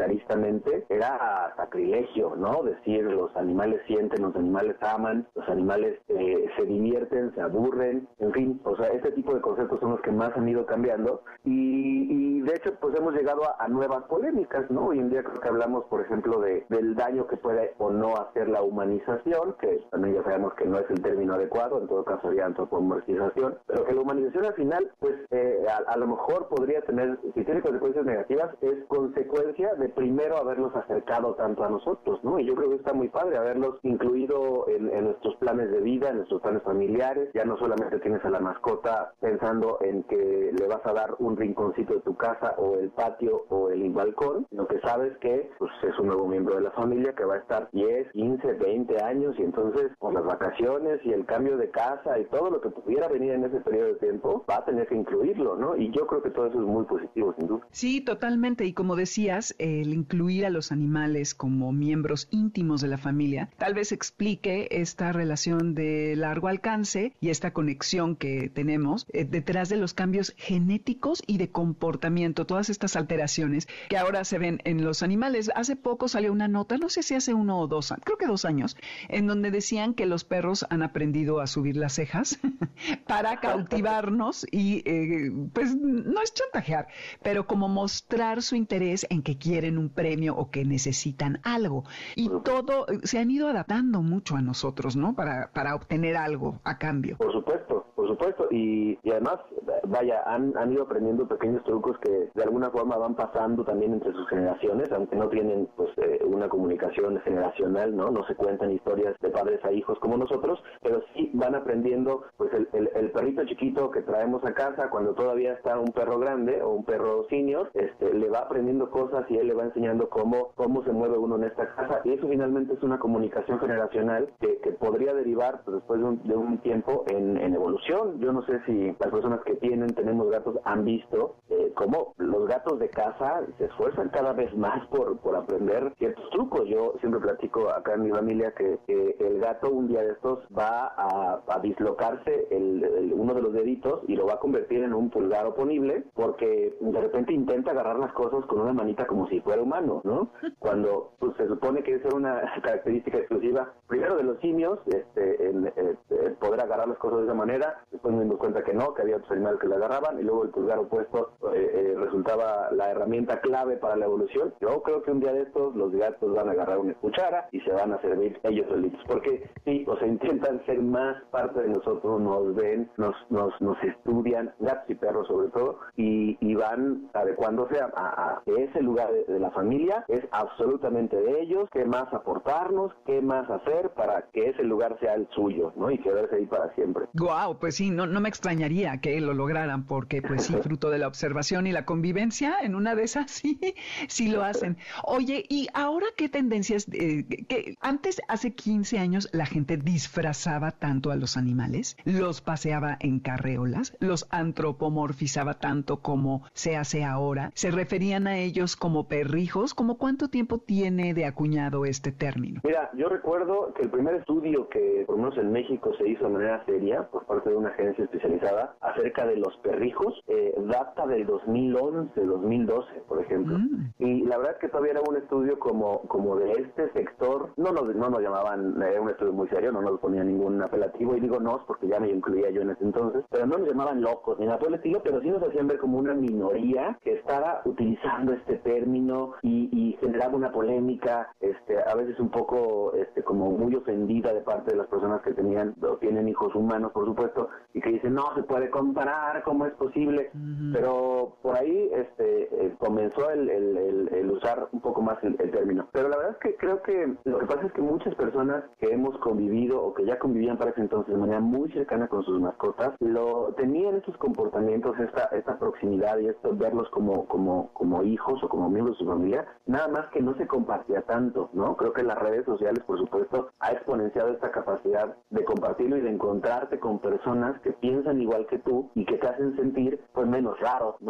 antiguamente era sacrilegio, ¿no? Decir los animales sienten, los animales aman, los animales eh, se divierten, se aburren, en fin, o sea, este tipo de conceptos son los que más han ido cambiando y, y de hecho pues hemos llegado a, a nuevas polémicas, ¿no? Hoy en día creo que hablamos, por ejemplo, de del daño que puede o no hacer la humanización, que también ya sabemos que no es el término adecuado, en todo caso sería antropomorfización, pero que la humanización al final, pues eh, a, a lo mejor podría tener, si tiene consecuencias negativas, es consecuencia de primero haberlos acercado tanto a nosotros, ¿no? Y yo creo que está muy padre haberlos incluido en, en nuestros planes de vida, en nuestros planes familiares. Ya no solamente tienes a la mascota pensando en que le vas a dar un rinconcito de tu casa o el patio o el balcón, sino que sabes que pues, es un nuevo miembro de la familia que va a estar diez, quince, veinte años y entonces por las vacaciones y el cambio de casa y todo lo que pudiera venir en ese periodo de tiempo va a tener que incluirlo, ¿no? Y yo creo que todo eso es muy positivo, sin duda. Sí, totalmente. Y como decías, el incluir a los animales como miembros íntimos de la familia tal vez explique esta relación de largo alcance y esta conexión que tenemos eh, detrás de los cambios genéticos y de comportamiento, todas estas alteraciones que ahora se ven en los animales. Hace poco salió una nota, no sé si hace uno o dos años, creo que dos años, en donde decían que los perros han aprendido a subir las cejas para cautivarnos y eh, pues no es chantajear, pero como mostrar su interés en que quieren un premio o que necesitan algo. Y todo, se han ido adaptando mucho a nosotros, ¿no? Para, para obtener algo a cambio. Por supuesto, por supuesto. Y, y además, vaya, han, han ido aprendiendo pequeños trucos que de alguna forma van pasando también entre sus generaciones, aunque no tienen pues eh, una comunicación generacional, ¿no? No se cuentan historias de padres a hijos como nosotros, pero sí van aprendiendo, pues el, el, el perrito chiquito que traemos a casa cuando todavía está un perro grande o un perro senior, este, le va aprendiendo cosas y él le va enseñando cómo, cómo se mueve uno en esta casa y eso finalmente es una comunicación generacional que, que podría derivar pues, después de un, de un tiempo en, en evolución. Yo no sé si las personas que tienen, tenemos gatos, han visto eh, cómo los gatos de casa se esfuerzan cada vez más por, por aprender ciertos trucos. Yo siempre platico acá en mi familia que, que el gato un día de estos va a, a dislocarse el, el, uno de los deditos y lo va a convertir en un pulgar oponible porque de repente intenta agarrar las cosas con una manita como si fuera humano, ¿no? Cuando pues, se supone que esa es una característica exclusiva, primero de los simios, este, en, en, en poder agarrar las cosas de esa manera, después nos dimos cuenta que no, que había otros animales que la agarraban y luego el pulgar opuesto eh, eh, resultaba la herramienta clave para la evolución. Yo creo que un día de estos los gatos van a agarrar una cuchara y se van a servir ellos solitos, porque sí, o sea, intentan ser más parte de nosotros, nos ven, nos, nos, nos estudian, gatos y perros sobre todo, y, y van adecuándose a, a, a ese lugar de, de la familia, es absolutamente de ellos, qué más aportarnos, qué más hacer para que ese lugar sea el suyo, ¿no? Y quedarse ahí para siempre. Guau, pues sí, no, no me extrañaría que lo lograran, porque pues sí, fruto de la observación y la convivencia, en una de esas sí, sí lo hacen. Oye, ¿y ahora qué tendencias? Eh, que antes, hace quince años, la gente disfrazaba tanto a los animales, los paseaba en carreolas, los antropomorfizaba tanto como se hace ahora, se referían a ellos como perrijos. ¿Cómo cuánto tiempo tiene de acuñado este término? Mira, yo recuerdo que el primer estudio que por lo menos en México se hizo de manera seria por parte de una agencia especializada acerca de los perrijos eh, data del dos mil once, dos mil doce, por ejemplo. Mm. Y la verdad es que todavía era un estudio como, como de este sector, no nos, no nos llamaban, era un estudio muy serio, no nos ponía ningún apelativo, y digo nos porque ya me incluía yo en ese entonces, pero no nos llamaban locos ni nada por el estilo, pero sí nos hacían ver como una minoría que estaba utilizando este término y, y generaba una polémica, este, a veces un poco este, como muy ofendida de parte de las personas que tenían o tienen hijos humanos, por supuesto, y que dicen, no se puede comparar, ¿cómo es posible? Uh-huh. Pero por ahí este, eh, comenzó el, el, el, el usar un poco más el, el término. Pero la verdad es que creo que lo que pasa es que muchas personas que hemos convivido o que ya convivían para ese entonces de manera muy cercana con sus mascotas, lo tenían estos comportamientos, esta, esta proximidad y esto, verlos como, como, como hijos o como miembros de su familia, nada más que no se compartía tanto, ¿no? Creo que las redes sociales, por supuesto, ha exponenciado esta capacidad de compartirlo y de encontrarte con personas que piensan igual que tú y que te hacen sentir pues menos raro, ¿no?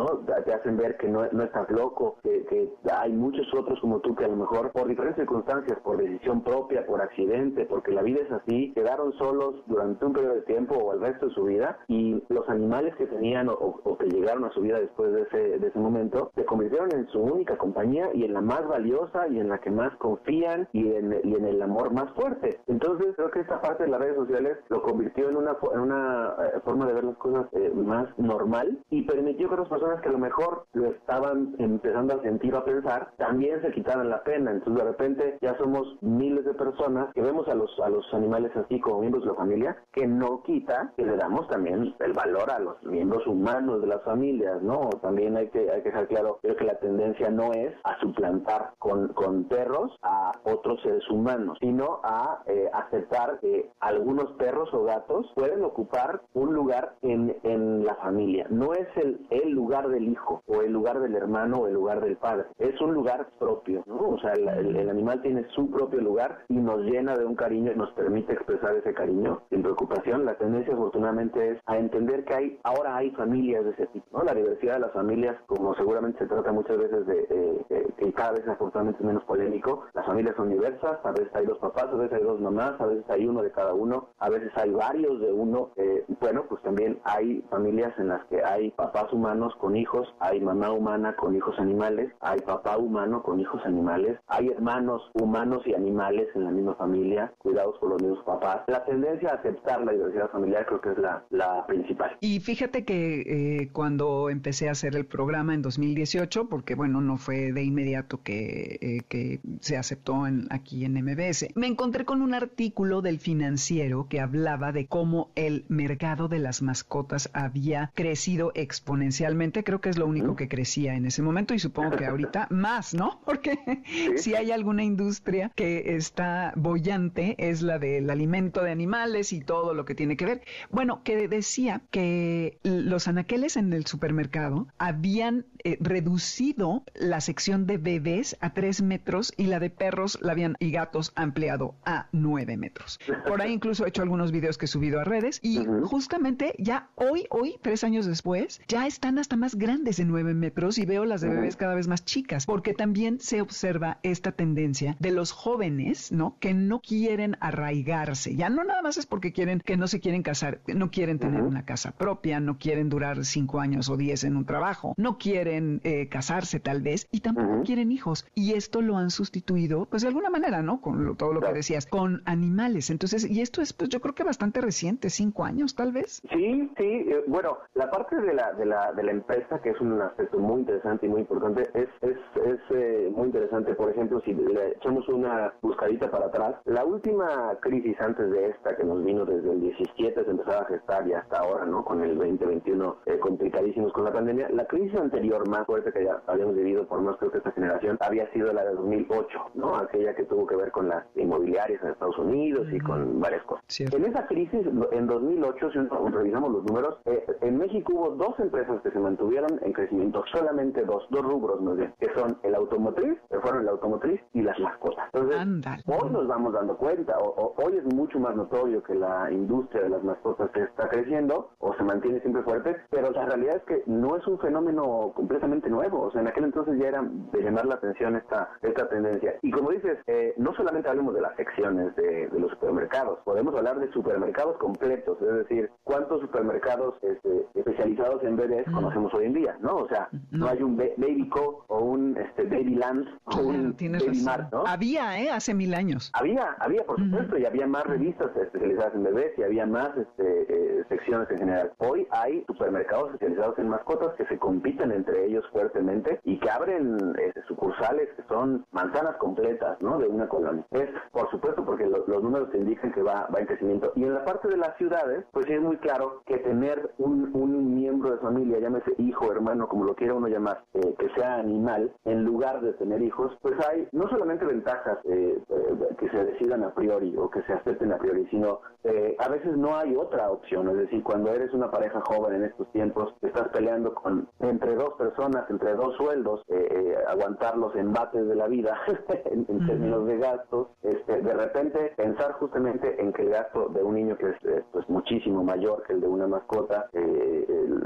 ¿no? Te hacen ver que no, no estás loco, que, que hay muchos otros como tú que a lo mejor por diferentes circunstancias, por decisión propia, por accidente, porque la vida es así, quedaron solos durante un periodo de tiempo o el resto de su vida, y los animales que tenían o, o que llegaron a su vida después de ese, de ese momento, se convirtieron en su única compañía y en la más valiosa y en la que más confían y en, y en el amor más fuerte. Entonces creo que esta parte de las redes sociales lo convirtió en una, en una eh, forma de ver las cosas eh, más normal, y permitió que otras personas que a lo mejor lo estaban empezando a sentir o a pensar, también se quitaran la pena. Entonces de repente ya somos miles de personas que vemos a los a los animales así como miembros de la familia, que no quita que le damos también el valor a los miembros humanos de las familias, ¿no? También hay que hay que dejar claro, creo que la tendencia no es a suplantar con, con perros a otros seres humanos, sino a eh, aceptar que algunos perros o gatos pueden ocupar un lugar en, en la familia. No es el, el lugar del hijo o el lugar del hermano o el lugar del padre, es un lugar propio, ¿no? O sea, el, el, el animal tiene su propio lugar y nos llena de un cariño y nos permite expresar ese cariño sin preocupación. La tendencia afortunadamente es a entender que hay ahora hay familias de ese tipo, ¿no? La diversidad de las familias, como seguramente se trata muchas veces de, de, de que cada vez afortunadamente es menos polémico, las familias son diversas, a veces hay dos papás, a veces hay dos mamás, a veces hay uno de cada uno, a veces hay varios de uno. Eh, bueno, pues también hay familias en las que hay papás humanos con hijos, hay mamá humana con hijos animales, hay papá humano con hijos animales, hay hermanos humanos y animales en la misma familia, cuidados por los mismos papás. La tendencia a aceptar la diversidad familiar creo que es la, la principal. Y fíjate que eh, cuando empecé a hacer el programa en dos mil dieciocho, porque bueno, no fue de inmediato que, eh, que se aceptó en, aquí en M B S, me encontré con un artículo del Financiero que hablaba de cómo el mercado de las mascotas había crecido exponencialmente. Creo que es lo único que crecía en ese momento, y supongo que ahorita más, ¿no? Porque ¿sí? Si hay alguna industria que está boyante es la del alimento de animales y todo lo que tiene que ver. Bueno, que decía que los anaqueles en el supermercado habían eh, reducido la sección de bebés a tres metros y la de perros la habían y gatos ampliado a nueve metros. Por ahí incluso he hecho algunos videos que he subido a redes y uh-huh. justamente ya hoy, hoy, tres años después, ya están hasta más grandes de nueve metros y veo las de bebés cada vez más chicas, porque también se observa esta tendencia de los jóvenes, ¿no? Que no quieren arraigarse. Ya no nada más es porque quieren, que no se quieren casar, no quieren tener uh-huh. una casa propia, no quieren durar cinco años o diez en un trabajo, no quieren eh, casarse tal vez, y tampoco uh-huh. quieren hijos. Y esto lo han sustituido, pues de alguna manera, ¿no? Con lo, todo lo claro. que decías, con animales. Entonces, y esto es, pues yo creo que bastante reciente, cinco años tal vez. Sí, sí. Eh, bueno, la parte de la, de la, de la empresa, que es un aspecto muy interesante y muy importante, es, es, es eh, muy interesante. Por ejemplo, si le echamos una buscadita para atrás, la última crisis antes de esta, que nos vino desde el diecisiete, se empezaba a gestar y hasta ahora, ¿no? Con el veinte veintiuno eh, complicadísimos con la pandemia. La crisis anterior más fuerte que ya habíamos vivido, por más creo que esta generación, había sido la de dos mil ocho, ¿no? Aquella que tuvo que ver con las inmobiliarias en Estados Unidos uh-huh. y con varias cosas. Cierto. En esa crisis, en dos mil ocho, si revisamos los números, eh, en México hubo dos empresas que se mantuvieron en crecimiento, solamente dos, dos rubros más bien, que son el automotriz, que fueron el automotriz y las mascotas. Entonces, Andale. hoy nos vamos dando cuenta, o, o, hoy es mucho más notorio que la industria de las mascotas está creciendo, o se mantiene siempre fuerte, pero la realidad es que no es un fenómeno completamente nuevo. O sea, en aquel entonces ya era de llamar la atención esta, esta tendencia. Y como dices, eh, no solamente hablemos de las secciones de, de los supermercados, podemos hablar de supermercados completos, es decir, cuántos supermercados este, especializados en bebés mm. conocemos hoy en día, ¿no? O sea, no, no hay un Baby Co o un este, Babyland o un Tienes Baby razón. Mart, ¿no? Había, ¿eh? Hace mil años. Había, había, por supuesto, mm. y había más revistas especializadas en bebés y había más este, eh, secciones en general. Hoy hay supermercados especializados en mascotas que se compiten entre ellos fuertemente y que abren eh, sucursales que son manzanas completas, ¿no? De una colonia. Es, por supuesto, porque lo, los números te indican que va, va en crecimiento. Y en la parte de las ciudades, pues sí es muy claro que tener un, un miembro de familia, llámese hijo, hermano, como lo quiera uno llamar, eh, que sea animal, en lugar de tener hijos, pues hay no solamente ventajas eh, eh, que se decidan a priori o que se acepten a priori, sino eh, a veces no hay otra opción. Es decir, cuando eres una pareja joven en estos tiempos, estás peleando con entre dos personas, entre dos sueldos, eh, eh, aguantar los embates de la vida en, en términos de gastos, este, de repente pensar justamente en que el gasto de un niño que es eh, pues muchísimo mayor que el de una mascota, eh,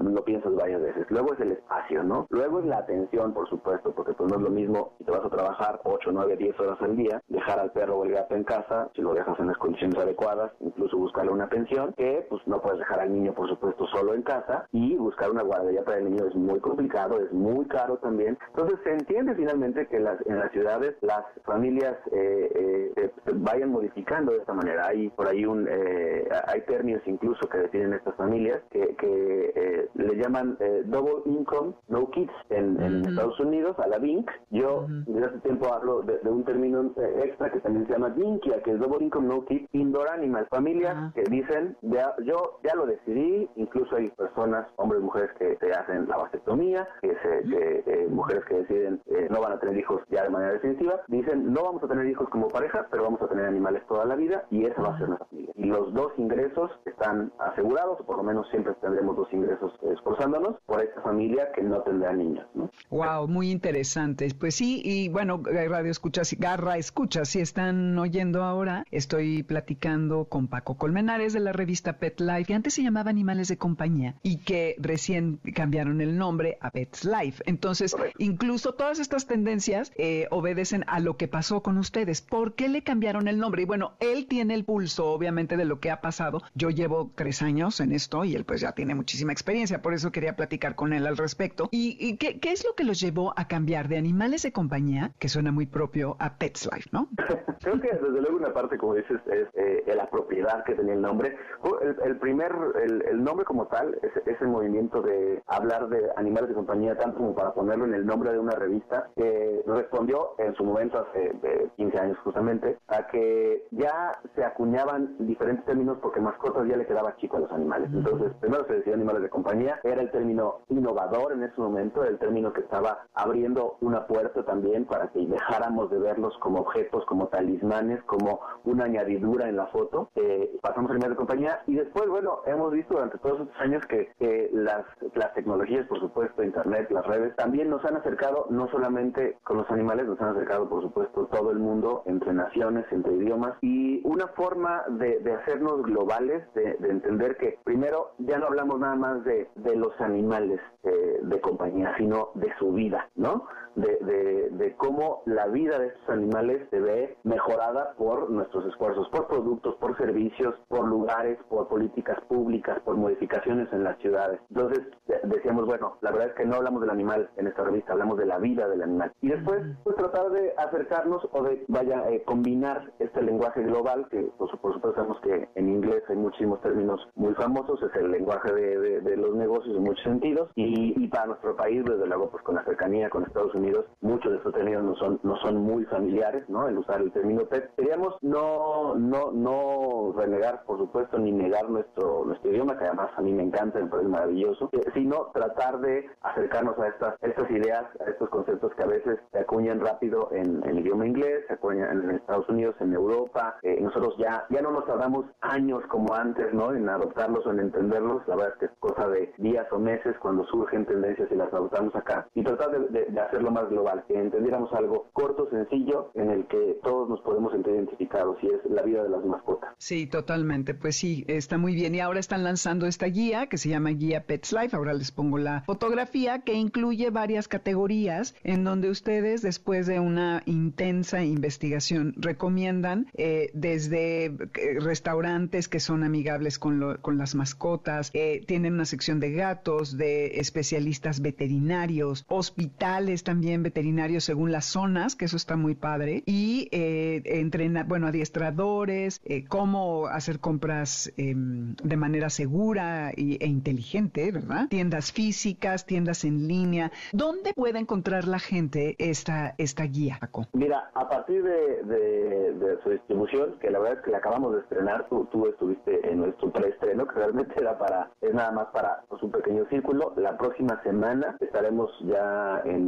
lo piensas varias veces. Luego es el espacio, ¿no? Luego es la atención, por supuesto, porque pues no es lo mismo si te vas a trabajar ocho, nueve, diez horas al día, dejar al perro o el gato en casa, si lo dejas en las condiciones adecuadas, incluso buscarle una pensión, que pues no puedes dejar al niño, por supuesto, solo en casa, y buscar una guardería para el niño es muy complicado, es muy caro también. Entonces se entiende finalmente que las, en las ciudades las familias eh, eh, se vayan modificando de esta manera. Hay por ahí un eh, hay términos incluso que definen estas familias que, que eh, le llaman eh, double income no kids en, en uh-huh. Estados Unidos, a la D I N C. Yo uh-huh. desde hace tiempo hablo de, de un término eh, extra que también se llama D I N C A, que es double income no kids, indoor animal, familias uh-huh. que dicen ya, yo ya lo decidí. Incluso hay personas, hombres y mujeres que se hacen la vasectomía, que, se, que eh, mujeres que deciden eh, no van a tener hijos ya de manera definitiva, dicen no vamos a tener hijos como pareja, pero vamos a tener animales toda la vida y esa va a ser nuestra familia. Y los dos ingresos están asegurados, o por lo menos siempre tendremos dos ingresos esforzándonos por esta familia que no tendrá niños, ¿no? Wow, muy interesante. Pues sí, y bueno, Radio Escuchas, Garra Escuchas, si están oyendo ahora, estoy platicando con Paco Colmenares de la revista Pet Life, que antes se llamaba Animales de Compañía y que recién cambiaron el nombre a Pets Life. Entonces, correcto. Incluso todas estas tendencias eh, obedecen a lo que pasó con ustedes. ¿Por qué le cambiaron el nombre? Y bueno, él tiene el pulso, obviamente, de lo que ha pasado. Yo llevo tres años en esto y él pues ya tiene muchísima experiencia, por eso quería platicar con él al respecto. ¿Y, y qué, qué es lo que los llevó a cambiar de Animales de Compañía, que suena muy propio, a Pets Life, no? Creo que desde luego una parte, como dices, es eh, la propiedad que tenía el nombre. El, el primer, el, el nombre como tal, ese, ese movimiento de hablar de Animales de Compañía, tanto como para ponerlo en el nombre de una revista, que respondió en su momento hace eh, quince años justamente, a que ya se acuñaban diferentes términos porque mascotas ya le quedaba chico a los animales. Entonces, primero se decía Animales de Compañía, era el término innovador en ese momento, el término que estaba abriendo una puerta también para que dejáramos de verlos como objetos, como talismanes, como una añadidura en la foto. Eh, pasamos a Animales de Compañía y después, bueno, hemos visto durante todos estos años que, que las, las tecnologías, por supuesto, internet, las redes, también nos han acercado, no solamente con los animales, nos han acercado, por supuesto, todo el mundo, entre naciones, entre idiomas, y una forma de, de hacernos globales, de, de entender que primero ya no hablamos nada más de, de los animales eh, de compañía, sino de su vida, ¿no? De, de, de cómo la vida de estos animales se ve mejorada por nuestros esfuerzos, por productos, por servicios, por lugares, por políticas públicas, por modificaciones en las ciudades. Entonces decíamos, bueno, la verdad es que no hablamos del animal en esta revista, hablamos de la vida del animal. Y después, pues tratar de acercarnos o de, vaya, eh, combinar este lenguaje global, que pues, por supuesto sabemos que en inglés hay muchísimos términos muy famosos, es el lenguaje de, de, de los negocios en muchos sentidos, y, y para nuestro país, desde luego, pues con la cercanía con Estados Unidos, muchos de estos términos no son, no son muy familiares, ¿no? El usar el término pet. Queríamos no, no, no renegar, por supuesto, ni negar nuestro, nuestro idioma, que además a mí me encanta, me parece maravilloso, eh, sino tratar de acercarnos a estas, estas ideas, a estos conceptos que a veces se acuñan rápido en, en idioma inglés, se acuñan en Estados Unidos, en Europa. Eh, nosotros ya, ya no nos tardamos años como antes, ¿no? En adoptarlos o en entenderlos. La verdad es que es cosa de días o meses cuando surgen tendencias y las adoptamos acá. Y tratar de, de, de hacerlo más global, que entendiéramos algo corto, sencillo, en el que todos nos podemos sentir identificados, y es la vida de las mascotas. Sí, totalmente. Pues sí, está muy bien. Y ahora están lanzando esta guía que se llama Guía Pets Life. Ahora les pongo la fotografía, que incluye varias categorías en donde ustedes, después de una intensa investigación, recomiendan eh, desde eh, restaurantes que son amigables con, lo, con las mascotas, eh, tienen una sección de gatos, de especialistas veterinarios, hospitales también veterinarios según las zonas, que eso está muy padre, y eh, entrena, bueno, adiestradores, eh, cómo hacer compras eh, de manera segura y, e inteligente, ¿verdad? Tiendas físicas, tiendas en línea. ¿Dónde puede encontrar la gente esta, esta guía, Paco? Mira, a partir de, de, de su distribución, que la verdad es que la acabamos de estrenar, tú, tú estuviste en nuestro preestreno, que realmente era para, es nada más para pues, un pequeño círculo. La próxima semana estaremos ya en, en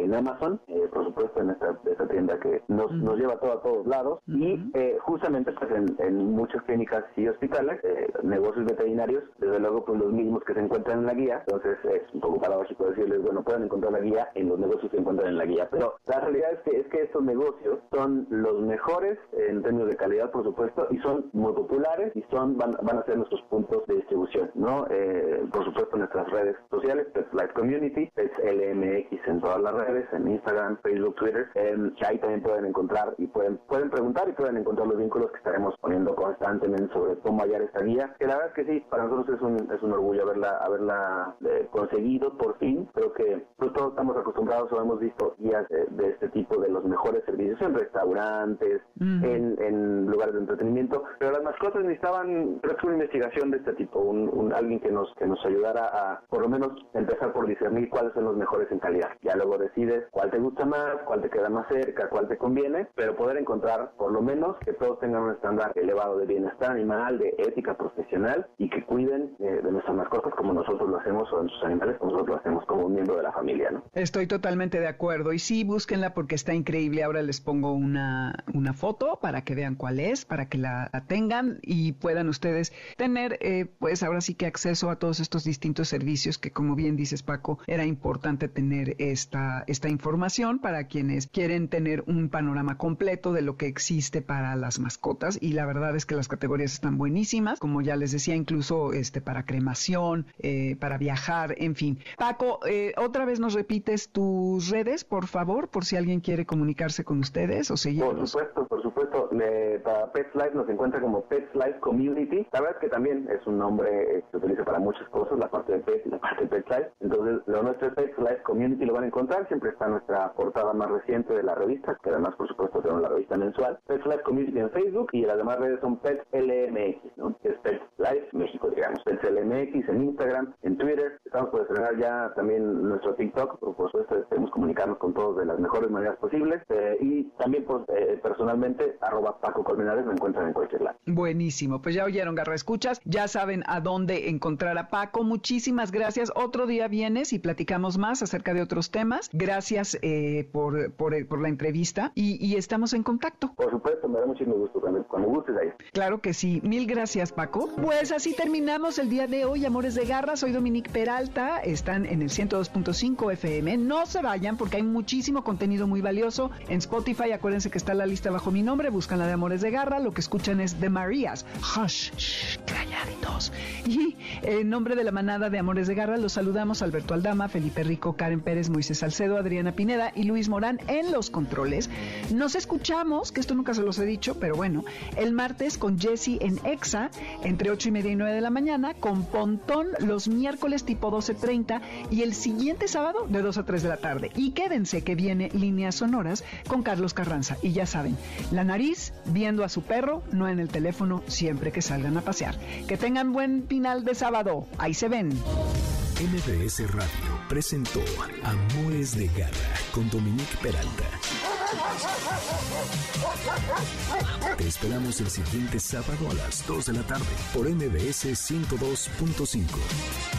en Amazon, eh, por supuesto en esta, esta tienda que nos, uh-huh. nos lleva todo a todos lados, uh-huh. y eh, justamente pues en, en muchas clínicas y hospitales, eh, negocios veterinarios, desde luego pues los mismos que se encuentran en la guía, entonces es un poco paradójico decirles, bueno, pueden encontrar la guía en los negocios que se encuentran en la guía, pero la realidad es que, es que estos negocios son los mejores en términos de calidad, por supuesto, y son muy populares y son van, van a ser nuestros puntos de distribución, ¿no? Eh, por supuesto nuestras redes sociales, Pets Life Community, Pets L M X en todas las redes, en Instagram, Facebook, Twitter, eh, que ahí también pueden encontrar y pueden pueden preguntar y pueden encontrar los vínculos que estaremos poniendo constantemente sobre cómo hallar esta guía, que la verdad es que sí, para nosotros es un, es un orgullo haberla, haberla eh, conseguido por fin. Creo que pues, todos estamos acostumbrados o hemos visto guías de, de este tipo de los mejores servicios en restaurantes, uh-huh. en, en lugares de entretenimiento, pero las mascotas necesitaban, creo que una investigación de este tipo, un, un alguien que nos que nos ayudara a, por lo menos, empezar por discernir cuáles son los mejores en calidad. Ya luego decides cuál te gusta más, cuál te queda más cerca, cuál te conviene, pero poder encontrar, por lo menos, que todos tengan un estándar elevado de bienestar animal, de ética profesional y que cuiden eh, de nuestras mascotas como nosotros lo hacemos, o de sus animales como nosotros lo hacemos como un miembro de la familia, ¿no? Estoy totalmente de acuerdo. Y sí, búsquenla porque está increíble. Ahora les pongo una, una foto para que vean cuál es, para que la, la tengan y puedan ustedes tener, eh, pues ahora sí que acceso a todos estos distintos servicios que, como bien dices, Paco, era importante tener esta, esta información para quienes quieren tener un panorama completo de lo que existe para las mascotas. Y la verdad es que las categorías están buenísimas, como ya les decía, incluso este para cremación, eh, para viajar, en fin. Paco, eh, otra vez nos repites tus redes, por favor, por si alguien quiere comunicarse con ustedes o seguirlos. Por supuesto, por supuesto. Le, para Pets Life nos encuentra como Pets Life Community. La verdad es que también es un nombre que se utiliza para muchas cosas, la parte de Pets y la parte de Pets Life. Entonces, lo nuestro es Pets Life Community, lo van a encontrar. Siempre está nuestra portada más reciente de la revista, que además, por supuesto, tenemos la revista mensual. Pets Life Community en Facebook y las demás redes son Pets L M X, ¿no? Que es Pets Life México, digamos. Pets L M X en Instagram, en Twitter. Estamos por estrenar ya también nuestro TikTok, por supuesto, queremos comunicarnos con todos de las mejores maneras posibles. Eh, y también, pues, eh, personalmente, arroba Paco Colmenares, me encuentran en cualquier lado. Buenísimo. Pues ya oyeron, Garra Escuchas. Ya saben a dónde encontrar a Paco. Muchísimas gracias. Otro día vienes y platicamos más acerca de otros temas. Gracias eh, por, por, por la entrevista y, y estamos en contacto. Por supuesto, me da muchísimo gusto. Cuando, cuando gustes ahí. Claro que sí. Mil gracias, Paco. Pues así terminamos el día de hoy, Amores de Garra. Soy Dominique Peralta. Están en el ciento dos punto cinco F M. No se vayan porque hay muchísimo contenido muy valioso. En Spotify, acuérdense que está la lista bajo mi nombre. Buscan la de Amores de Garra. Lo que escuchan es The Marías. Hush, shh, calladitos. Y en nombre de la manada de Amores de Garra, los saludamos Alberto Aldama, Felipe Rico, Karen Pérez, Moisés Salcedo, Adriana Pineda y Luis Morán en los controles. Nos escuchamos, que esto nunca se los he dicho, pero bueno, el martes con Jessy en Exa, entre ocho y media y nueve de la mañana, con Pontón los miércoles tipo doce treinta y el siguiente sábado de dos a tres de la tarde. Y quédense que viene Líneas Sonoras con Carlos Carranza. Y ya saben, la nariz viendo a su perro, no en el teléfono, siempre que salgan a pasear. Que tengan buen final de sábado. Ahí se ven. M B S Radio presentó Amores de Garra con Dominique Peralta. Te esperamos el siguiente sábado a las dos de la tarde por M B S ciento dos punto cinco.